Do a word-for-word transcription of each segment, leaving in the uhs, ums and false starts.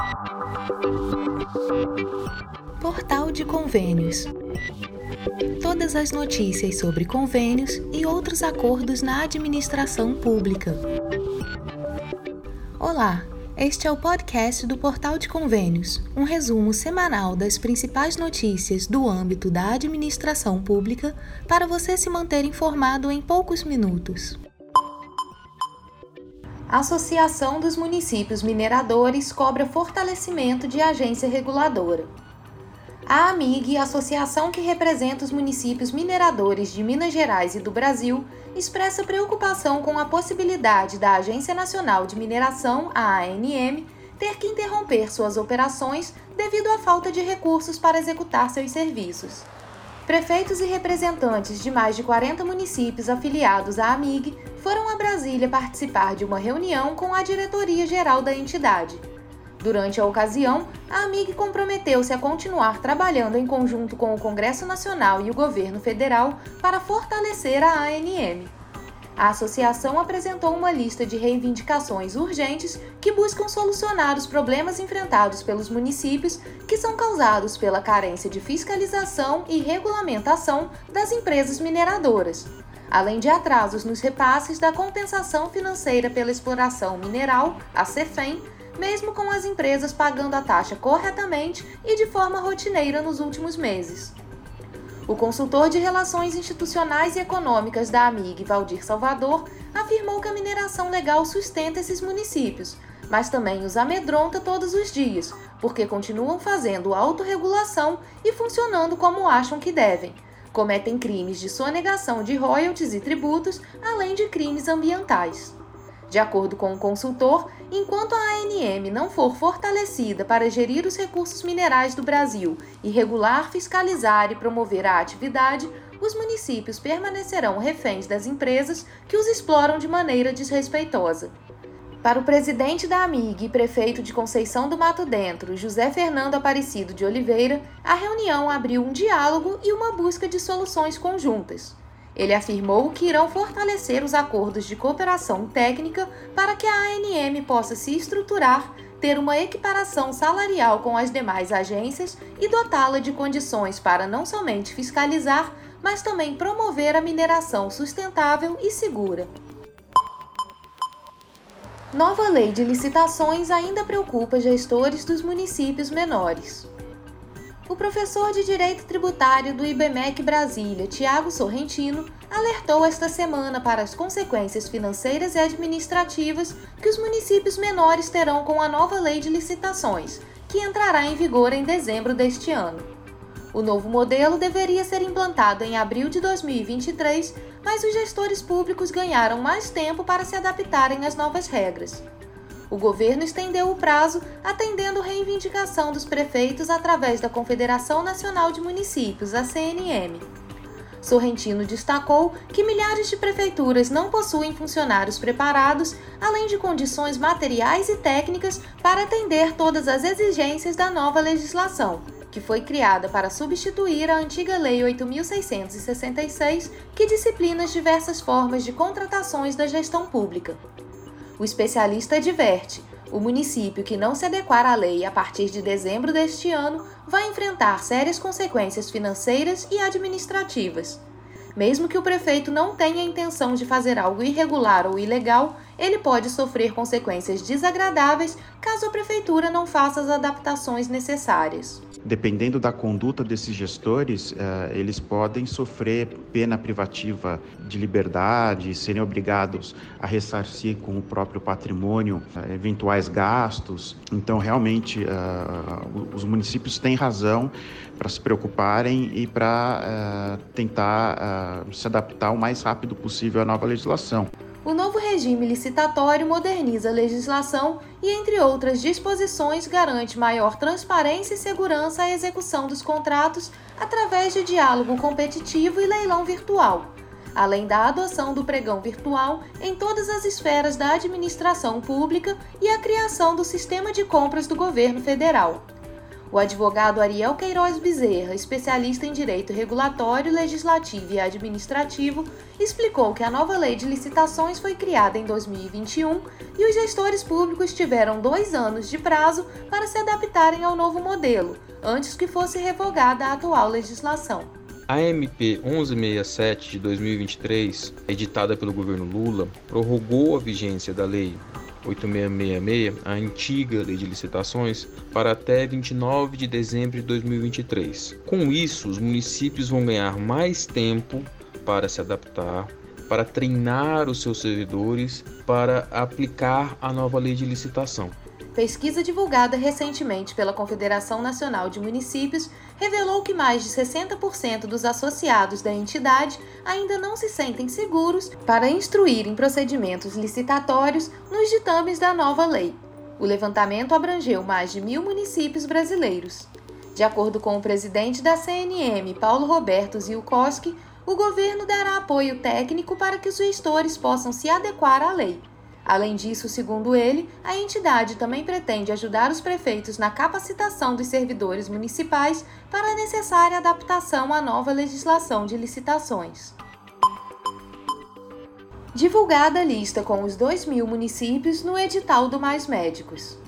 Portal de Convênios. Todas as notícias sobre convênios e outros acordos na administração pública. Olá, este é o podcast do Portal de Convênios, um resumo semanal das principais notícias do âmbito da administração pública para você se manter informado em poucos minutos. A Associação dos Municípios Mineradores cobra fortalecimento de agência reguladora. A AMIG, associação que representa os municípios mineradores de Minas Gerais e do Brasil, expressa preocupação com a possibilidade da Agência Nacional de Mineração, a ANM, ter que interromper suas operações devido à falta de recursos para executar seus serviços. Prefeitos e representantes de mais de quarenta municípios afiliados à AMIG foram a Brasília participar de uma reunião com a diretoria-geral da entidade. Durante a ocasião, a AMIG comprometeu-se a continuar trabalhando em conjunto com o Congresso Nacional e o Governo Federal para fortalecer a ANM. A associação apresentou uma lista de reivindicações urgentes que buscam solucionar os problemas enfrentados pelos municípios que são causados pela carência de fiscalização e regulamentação das empresas mineradoras, além de atrasos nos repasses da compensação financeira pela exploração mineral, a CEFEM, mesmo com as empresas pagando a taxa corretamente e de forma rotineira nos últimos meses. O consultor de Relações Institucionais e Econômicas da AMIG, Valdir Salvador, afirmou que a mineração legal sustenta esses municípios, mas também os amedronta todos os dias, porque continuam fazendo autorregulação e funcionando como acham que devem. Cometem crimes de sonegação de royalties e tributos, além de crimes ambientais. De acordo com o consultor, enquanto a ANM não for fortalecida para gerir os recursos minerais do Brasil e regular, fiscalizar e promover a atividade, os municípios permanecerão reféns das empresas que os exploram de maneira desrespeitosa. Para o presidente da AMIG e prefeito de Conceição do Mato Dentro, José Fernando Aparecido de Oliveira, a reunião abriu um diálogo e uma busca de soluções conjuntas. Ele afirmou que irão fortalecer os acordos de cooperação técnica para que a ANM possa se estruturar, ter uma equiparação salarial com as demais agências e dotá-la de condições para não somente fiscalizar, mas também promover a mineração sustentável e segura. Nova lei de licitações ainda preocupa gestores dos municípios menores. O professor de Direito Tributário do IBMEC Brasília, Tiago Sorrentino, alertou esta semana para as consequências financeiras e administrativas que os municípios menores terão com a nova lei de licitações, que entrará em vigor em dezembro deste ano. O novo modelo deveria ser implantado em abril de dois mil e vinte e três, mas os gestores públicos ganharam mais tempo para se adaptarem às novas regras. O governo estendeu o prazo, atendendo reivindicação dos prefeitos através da Confederação Nacional de Municípios, a C N M. Sorrentino destacou que milhares de prefeituras não possuem funcionários preparados, além de condições materiais e técnicas para atender todas as exigências da nova legislação, que foi criada para substituir a antiga Lei oito mil seiscentos e sessenta e seis, que disciplina as diversas formas de contratações da gestão pública. O especialista adverte: o município que não se adequar à lei a partir de dezembro deste ano vai enfrentar sérias consequências financeiras e administrativas. Mesmo que o prefeito não tenha a intenção de fazer algo irregular ou ilegal, ele pode sofrer consequências desagradáveis caso a prefeitura não faça as adaptações necessárias. Dependendo da conduta desses gestores, eles podem sofrer pena privativa de liberdade, serem obrigados a ressarcir com o próprio patrimônio eventuais gastos. Então, realmente, os municípios têm razão para se preocuparem e para tentar se adaptar o mais rápido possível à nova legislação. O novo regime licitatório moderniza a legislação e, entre outras disposições, garante maior transparência e segurança à execução dos contratos através de diálogo competitivo e leilão virtual, além da adoção do pregão virtual em todas as esferas da administração pública e a criação do sistema de compras do governo federal. O advogado Ariel Queiroz Bezerra, especialista em direito regulatório, legislativo e administrativo, explicou que a nova lei de licitações foi criada em dois mil e vinte e um e os gestores públicos tiveram dois anos de prazo para se adaptarem ao novo modelo, antes que fosse revogada a atual legislação. A M P onze sessenta e sete de dois mil e vinte e três, editada pelo governo Lula, prorrogou a vigência da Lei oito mil seiscentos e sessenta e seis, a antiga Lei de Licitações, para até vinte e nove de dezembro de dois mil e vinte e três. Com isso, os municípios vão ganhar mais tempo para se adaptar, para treinar os seus servidores, para aplicar a nova Lei de Licitação. Pesquisa divulgada recentemente pela Confederação Nacional de Municípios revelou que mais de sessenta por cento dos associados da entidade ainda não se sentem seguros para instruir em procedimentos licitatórios nos ditames da nova lei. O levantamento abrangeu mais de mil municípios brasileiros. De acordo com o presidente da C N M, Paulo Roberto Zielkowski, o governo dará apoio técnico para que os gestores possam se adequar à lei. Além disso, segundo ele, a entidade também pretende ajudar os prefeitos na capacitação dos servidores municipais para a necessária adaptação à nova legislação de licitações. Divulgada a lista com os dois mil municípios no edital do Mais Médicos.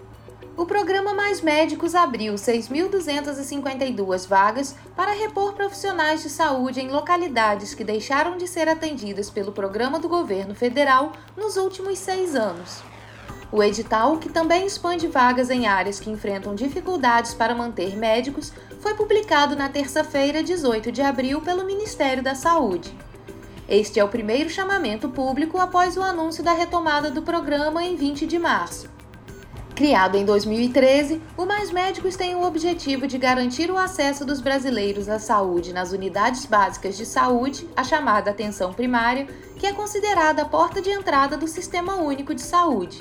O programa Mais Médicos abriu seis mil duzentas e cinquenta e duas vagas para repor profissionais de saúde em localidades que deixaram de ser atendidas pelo programa do governo federal nos últimos seis anos. O edital, que também expande vagas em áreas que enfrentam dificuldades para manter médicos, foi publicado na terça-feira, dezoito de abril, pelo Ministério da Saúde. Este é o primeiro chamamento público após o anúncio da retomada do programa em vinte de março. Criado em dois mil e treze, o Mais Médicos tem o objetivo de garantir o acesso dos brasileiros à saúde nas unidades básicas de saúde, a chamada atenção primária, que é considerada a porta de entrada do Sistema Único de Saúde.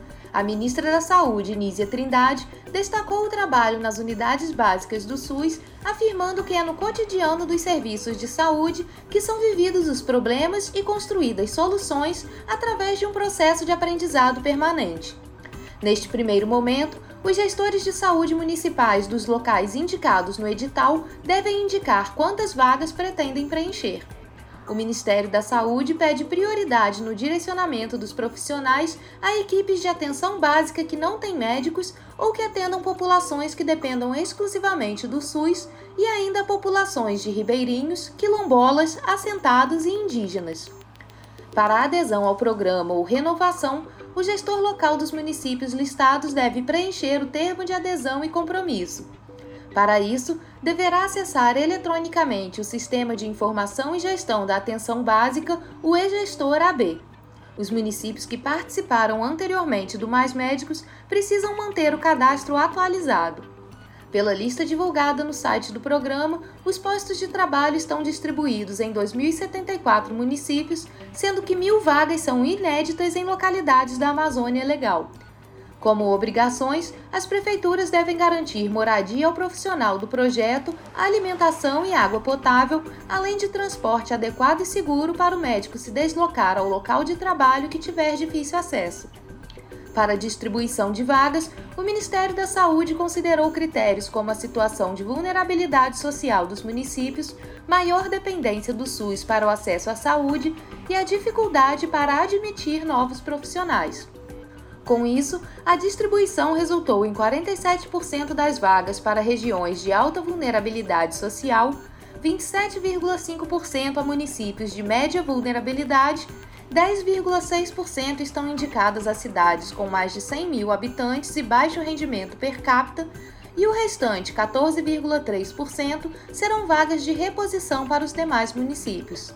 A ministra da Saúde, Nízia Trindade, destacou o trabalho nas unidades básicas do SUS, afirmando que é no cotidiano dos serviços de saúde que são vividos os problemas e construídas soluções através de um processo de aprendizado permanente. Neste primeiro momento, os gestores de saúde municipais dos locais indicados no edital devem indicar quantas vagas pretendem preencher. O Ministério da Saúde pede prioridade no direcionamento dos profissionais a equipes de atenção básica que não têm médicos ou que atendam populações que dependam exclusivamente do SUS e ainda populações de ribeirinhos, quilombolas, assentados e indígenas. Para a adesão ao programa ou renovação, o gestor local dos municípios listados deve preencher o termo de adesão e compromisso. Para isso, deverá acessar eletronicamente o Sistema de Informação e Gestão da Atenção Básica, o e-Gestor A B. Os municípios que participaram anteriormente do Mais Médicos precisam manter o cadastro atualizado. Pela lista divulgada no site do programa, os postos de trabalho estão distribuídos em dois mil e setenta e quatro municípios, sendo que mil vagas são inéditas em localidades da Amazônia Legal. Como obrigações, as prefeituras devem garantir moradia ao profissional do projeto, alimentação e água potável, além de transporte adequado e seguro para o médico se deslocar ao local de trabalho que tiver difícil acesso. Para a distribuição de vagas, o Ministério da Saúde considerou critérios como a situação de vulnerabilidade social dos municípios, maior dependência do SUS para o acesso à saúde e a dificuldade para admitir novos profissionais. Com isso, a distribuição resultou em quarenta e sete por cento das vagas para regiões de alta vulnerabilidade social, vinte e sete vírgula cinco por cento a municípios de média vulnerabilidade, dez vírgula seis por cento estão indicadas a cidades com mais de cem mil habitantes e baixo rendimento per capita, e o restante, quatorze vírgula três por cento, serão vagas de reposição para os demais municípios.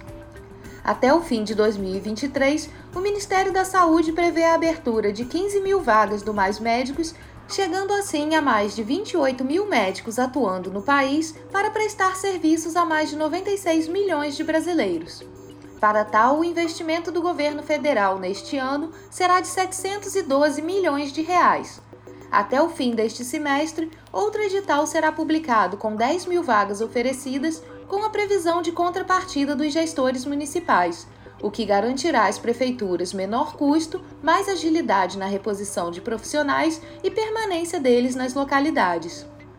Até o fim de dois mil e vinte e três, o Ministério da Saúde prevê a abertura de quinze mil vagas do Mais Médicos, chegando assim a mais de vinte e oito mil médicos atuando no país para prestar serviços a mais de noventa e seis milhões de brasileiros. Para tal, o investimento do governo federal neste ano será de setecentos e doze milhões de reais. Até o fim deste semestre, outro edital será publicado com dez mil vagas oferecidas, com a previsão de contrapartida dos gestores municipais, o que garantirá às prefeituras menor custo, mais agilidade na reposição de profissionais e permanência deles nas localidades.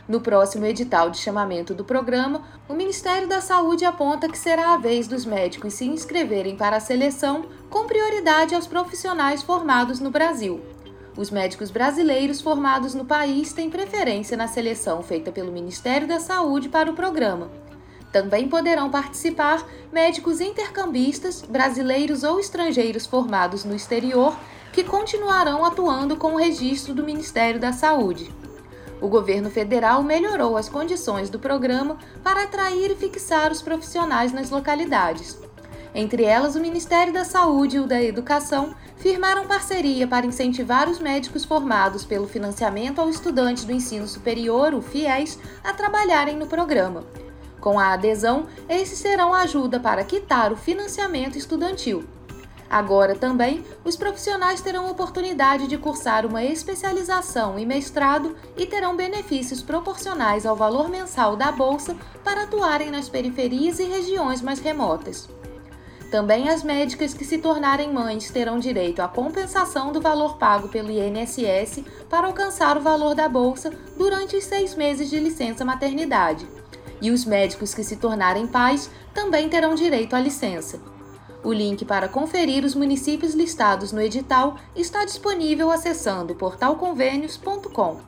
No próximo edital de chamamento do programa, o Ministério da Saúde aponta que será a vez dos médicos se inscreverem para a seleção com prioridade aos profissionais formados no Brasil. Os médicos brasileiros formados no país têm preferência na seleção feita pelo Ministério da Saúde para o programa. Também poderão participar médicos intercambistas, brasileiros ou estrangeiros formados no exterior, que continuarão atuando com o registro do Ministério da Saúde. O governo federal melhorou as condições do programa para atrair e fixar os profissionais nas localidades. Entre elas, o Ministério da Saúde e o da Educação firmaram parceria para incentivar os médicos formados pelo financiamento ao estudante do ensino superior, o FIES, a trabalharem no programa. Com a adesão, esses terão ajuda para quitar o financiamento estudantil. Agora também, os profissionais terão oportunidade de cursar uma especialização e mestrado e terão benefícios proporcionais ao valor mensal da bolsa para atuarem nas periferias e regiões mais remotas. Também as médicas que se tornarem mães terão direito à compensação do valor pago pelo I N S S para alcançar o valor da bolsa durante os seis meses de licença maternidade. E os médicos que se tornarem pais também terão direito à licença. O link para conferir os municípios listados no edital está disponível acessando portal convênios ponto com.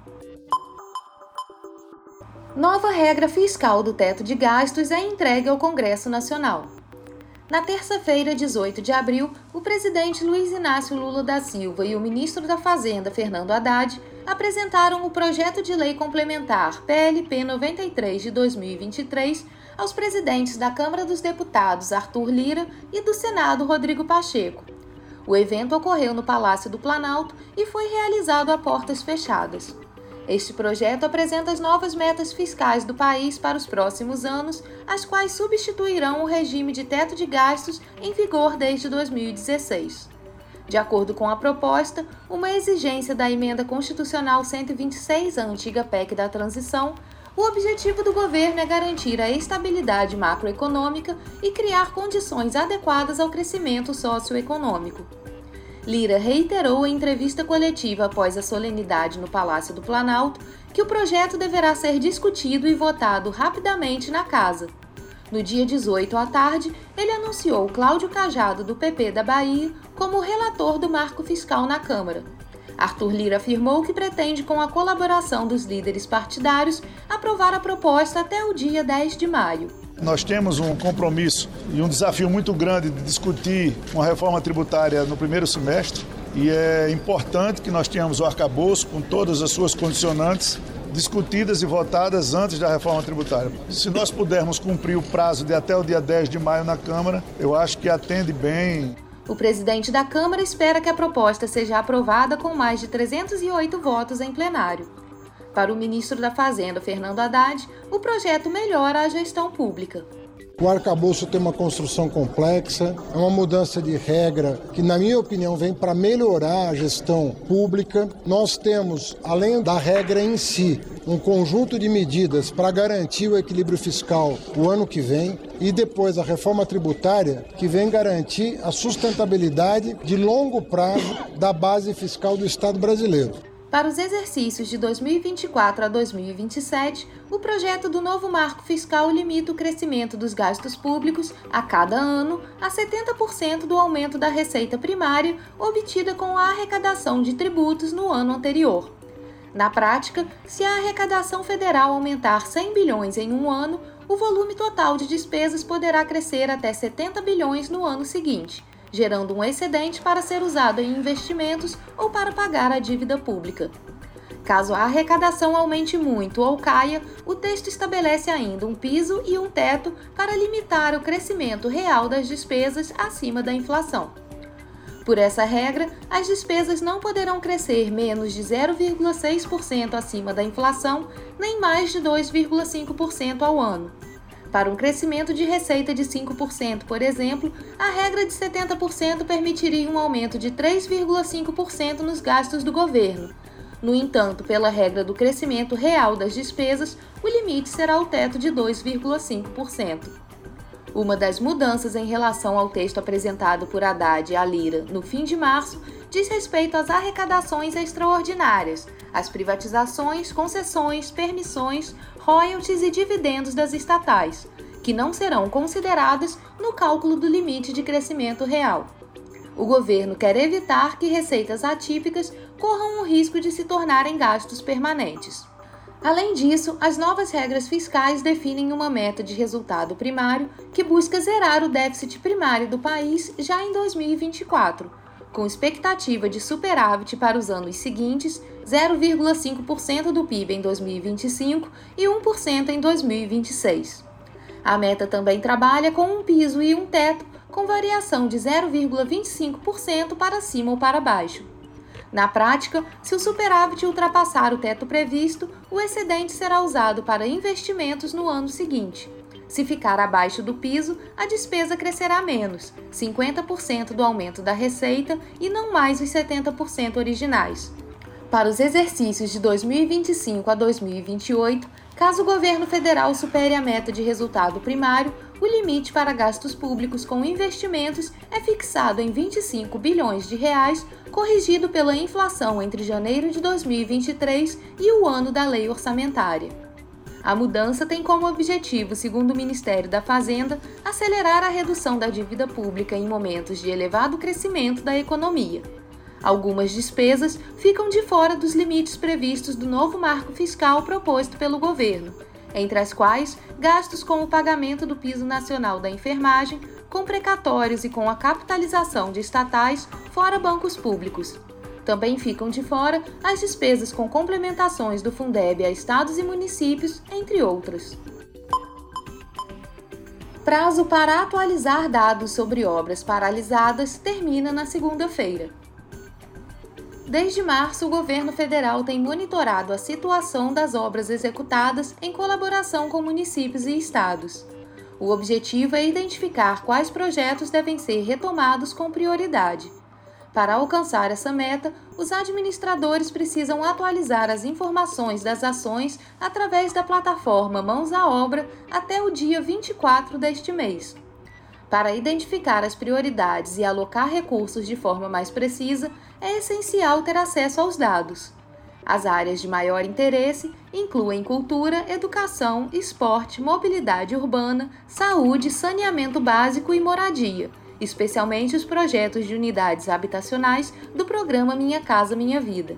Nova regra fiscal do teto de gastos é entregue ao Congresso Nacional. Na terça-feira, dezoito de abril, o presidente Luiz Inácio Lula da Silva e o ministro da Fazenda, Fernando Haddad, apresentaram o projeto de lei complementar P L P noventa e três de dois mil e vinte e três aos presidentes da Câmara dos Deputados, Arthur Lira, e do Senado, Rodrigo Pacheco. O evento ocorreu no Palácio do Planalto e foi realizado a portas fechadas. Este projeto apresenta as novas metas fiscais do país para os próximos anos, as quais substituirão o regime de teto de gastos em vigor desde dois mil e dezesseis. De acordo com a proposta, uma exigência da Emenda Constitucional cento e vinte e seis, a antiga P E C da Transição, o objetivo do governo é garantir a estabilidade macroeconômica e criar condições adequadas ao crescimento socioeconômico. Lira reiterou em entrevista coletiva após a solenidade no Palácio do Planalto que o projeto deverá ser discutido e votado rapidamente na Casa. No dia dezoito à tarde, ele anunciou Cláudio Cajado, do P P da Bahia, como relator do marco fiscal na Câmara. Arthur Lira afirmou que pretende, com a colaboração dos líderes partidários, aprovar a proposta até o dia dez de maio. Nós temos um compromisso e um desafio muito grande de discutir uma reforma tributária no primeiro semestre e é importante que nós tenhamos o arcabouço com todas as suas condicionantes discutidas e votadas antes da reforma tributária. Se nós pudermos cumprir o prazo de até o dia dez de maio na Câmara, eu acho que atende bem. O presidente da Câmara espera que a proposta seja aprovada com mais de trezentos e oito votos em plenário. Para o ministro da Fazenda, Fernando Haddad, o projeto melhora a gestão pública. O arcabouço tem uma construção complexa, é uma mudança de regra que, na minha opinião, vem para melhorar a gestão pública. Nós temos, além da regra em si, um conjunto de medidas para garantir o equilíbrio fiscal o ano que vem e depois a reforma tributária que vem garantir a sustentabilidade de longo prazo da base fiscal do Estado brasileiro. Para os exercícios de dois mil e vinte e quatro a dois mil e vinte e sete, o projeto do novo marco fiscal limita o crescimento dos gastos públicos a cada ano a setenta por cento do aumento da receita primária obtida com a arrecadação de tributos no ano anterior. Na prática, se a arrecadação federal aumentar cem bilhões em um ano, o volume total de despesas poderá crescer até setenta bilhões no ano seguinte, gerando um excedente para ser usado em investimentos ou para pagar a dívida pública. Caso a arrecadação aumente muito ou caia, o texto estabelece ainda um piso e um teto para limitar o crescimento real das despesas acima da inflação. Por essa regra, as despesas não poderão crescer menos de zero vírgula seis por cento acima da inflação, nem mais de dois vírgula cinco por cento ao ano. Para um crescimento de receita de cinco por cento, por exemplo, a regra de setenta por cento permitiria um aumento de três vírgula cinco por cento nos gastos do governo. No entanto, pela regra do crescimento real das despesas, o limite será o teto de dois vírgula cinco por cento. Uma das mudanças em relação ao texto apresentado por Haddad e a Lira no fim de março diz respeito às arrecadações extraordinárias, as privatizações, concessões, permissões, royalties e dividendos das estatais, que não serão consideradas no cálculo do limite de crescimento real. O governo quer evitar que receitas atípicas corram o risco de se tornarem gastos permanentes. Além disso, as novas regras fiscais definem uma meta de resultado primário que busca zerar o déficit primário do país já em dois mil e vinte e quatro, com expectativa de superávit para os anos seguintes, zero vírgula cinco por cento do P I B em dois mil e vinte e cinco e um por cento em dois mil e vinte e seis. A meta também trabalha com um piso e um teto, com variação de zero vírgula vinte e cinco por cento para cima ou para baixo. Na prática, se o superávit ultrapassar o teto previsto, o excedente será usado para investimentos no ano seguinte. Se ficar abaixo do piso, a despesa crescerá menos, cinquenta por cento do aumento da receita e não mais os setenta por cento originais. Para os exercícios de dois mil e vinte e cinco a dois mil e vinte e oito, caso o governo federal supere a meta de resultado primário, o limite para gastos públicos com investimentos é fixado em vinte e cinco bilhões de reais, corrigido pela inflação entre janeiro de dois mil e vinte e três e o ano da lei orçamentária. A mudança tem como objetivo, segundo o Ministério da Fazenda, acelerar a redução da dívida pública em momentos de elevado crescimento da economia. Algumas despesas ficam de fora dos limites previstos do novo marco fiscal proposto pelo governo, entre as quais gastos com o pagamento do piso nacional da enfermagem, com precatórios e com a capitalização de estatais fora bancos públicos. Também ficam de fora as despesas com complementações do Fundeb a estados e municípios, entre outras. Prazo para atualizar dados sobre obras paralisadas termina na segunda-feira. Desde março, o governo federal tem monitorado a situação das obras executadas em colaboração com municípios e estados. O objetivo é identificar quais projetos devem ser retomados com prioridade. Para alcançar essa meta, os administradores precisam atualizar as informações das ações através da plataforma Mãos à Obra até o dia vinte e quatro deste mês. Para identificar as prioridades e alocar recursos de forma mais precisa, é essencial ter acesso aos dados. As áreas de maior interesse incluem cultura, educação, esporte, mobilidade urbana, saúde, saneamento básico e moradia, especialmente os projetos de unidades habitacionais do programa Minha Casa Minha Vida.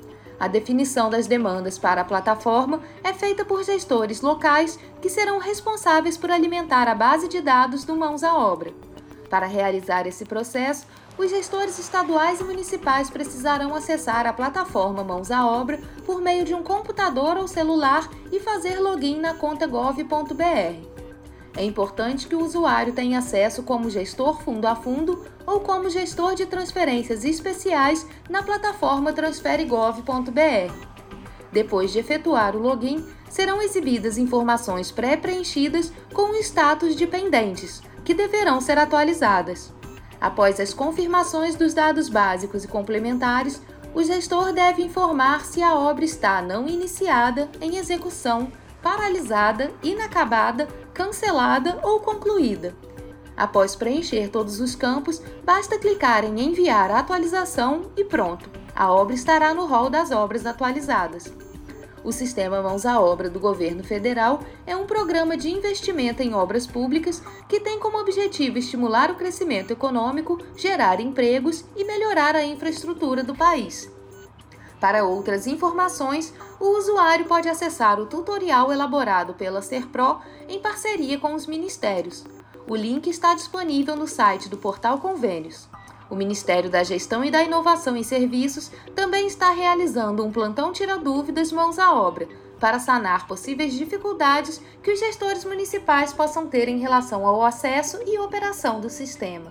A definição das demandas para a plataforma é feita por gestores locais que serão responsáveis por alimentar a base de dados do Mãos à Obra. Para realizar esse processo, os gestores estaduais e municipais precisarão acessar a plataforma Mãos à Obra por meio de um computador ou celular e fazer login na conta gov ponto b r. É importante que o usuário tenha acesso como gestor fundo a fundo ou como gestor de transferências especiais na plataforma transfere gov ponto b r. Depois de efetuar o login, serão exibidas informações pré-preenchidas com o status de pendentes, que deverão ser atualizadas. Após as confirmações dos dados básicos e complementares, o gestor deve informar se a obra está não iniciada, em execução, paralisada, inacabada, cancelada ou concluída. Após preencher todos os campos, basta clicar em enviar a atualização e pronto, a obra estará no rol das obras atualizadas. O Sistema Mãos à Obra do Governo Federal é um programa de investimento em obras públicas que tem como objetivo estimular o crescimento econômico, gerar empregos e melhorar a infraestrutura do país. Para outras informações, o usuário pode acessar o tutorial elaborado pela Serpro em parceria com os ministérios. O link está disponível no site do Portal Convênios. O Ministério da Gestão e da Inovação em Serviços também está realizando um plantão tira-dúvidas Mãos à Obra, para sanar possíveis dificuldades que os gestores municipais possam ter em relação ao acesso e operação do sistema.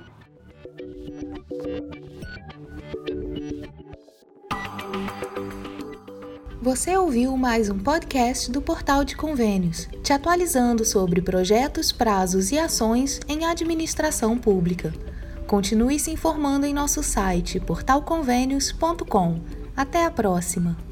Você ouviu mais um podcast do Portal de Convênios, te atualizando sobre projetos, prazos e ações em administração pública. Continue se informando em nosso site portal convênios ponto com. Até a próxima!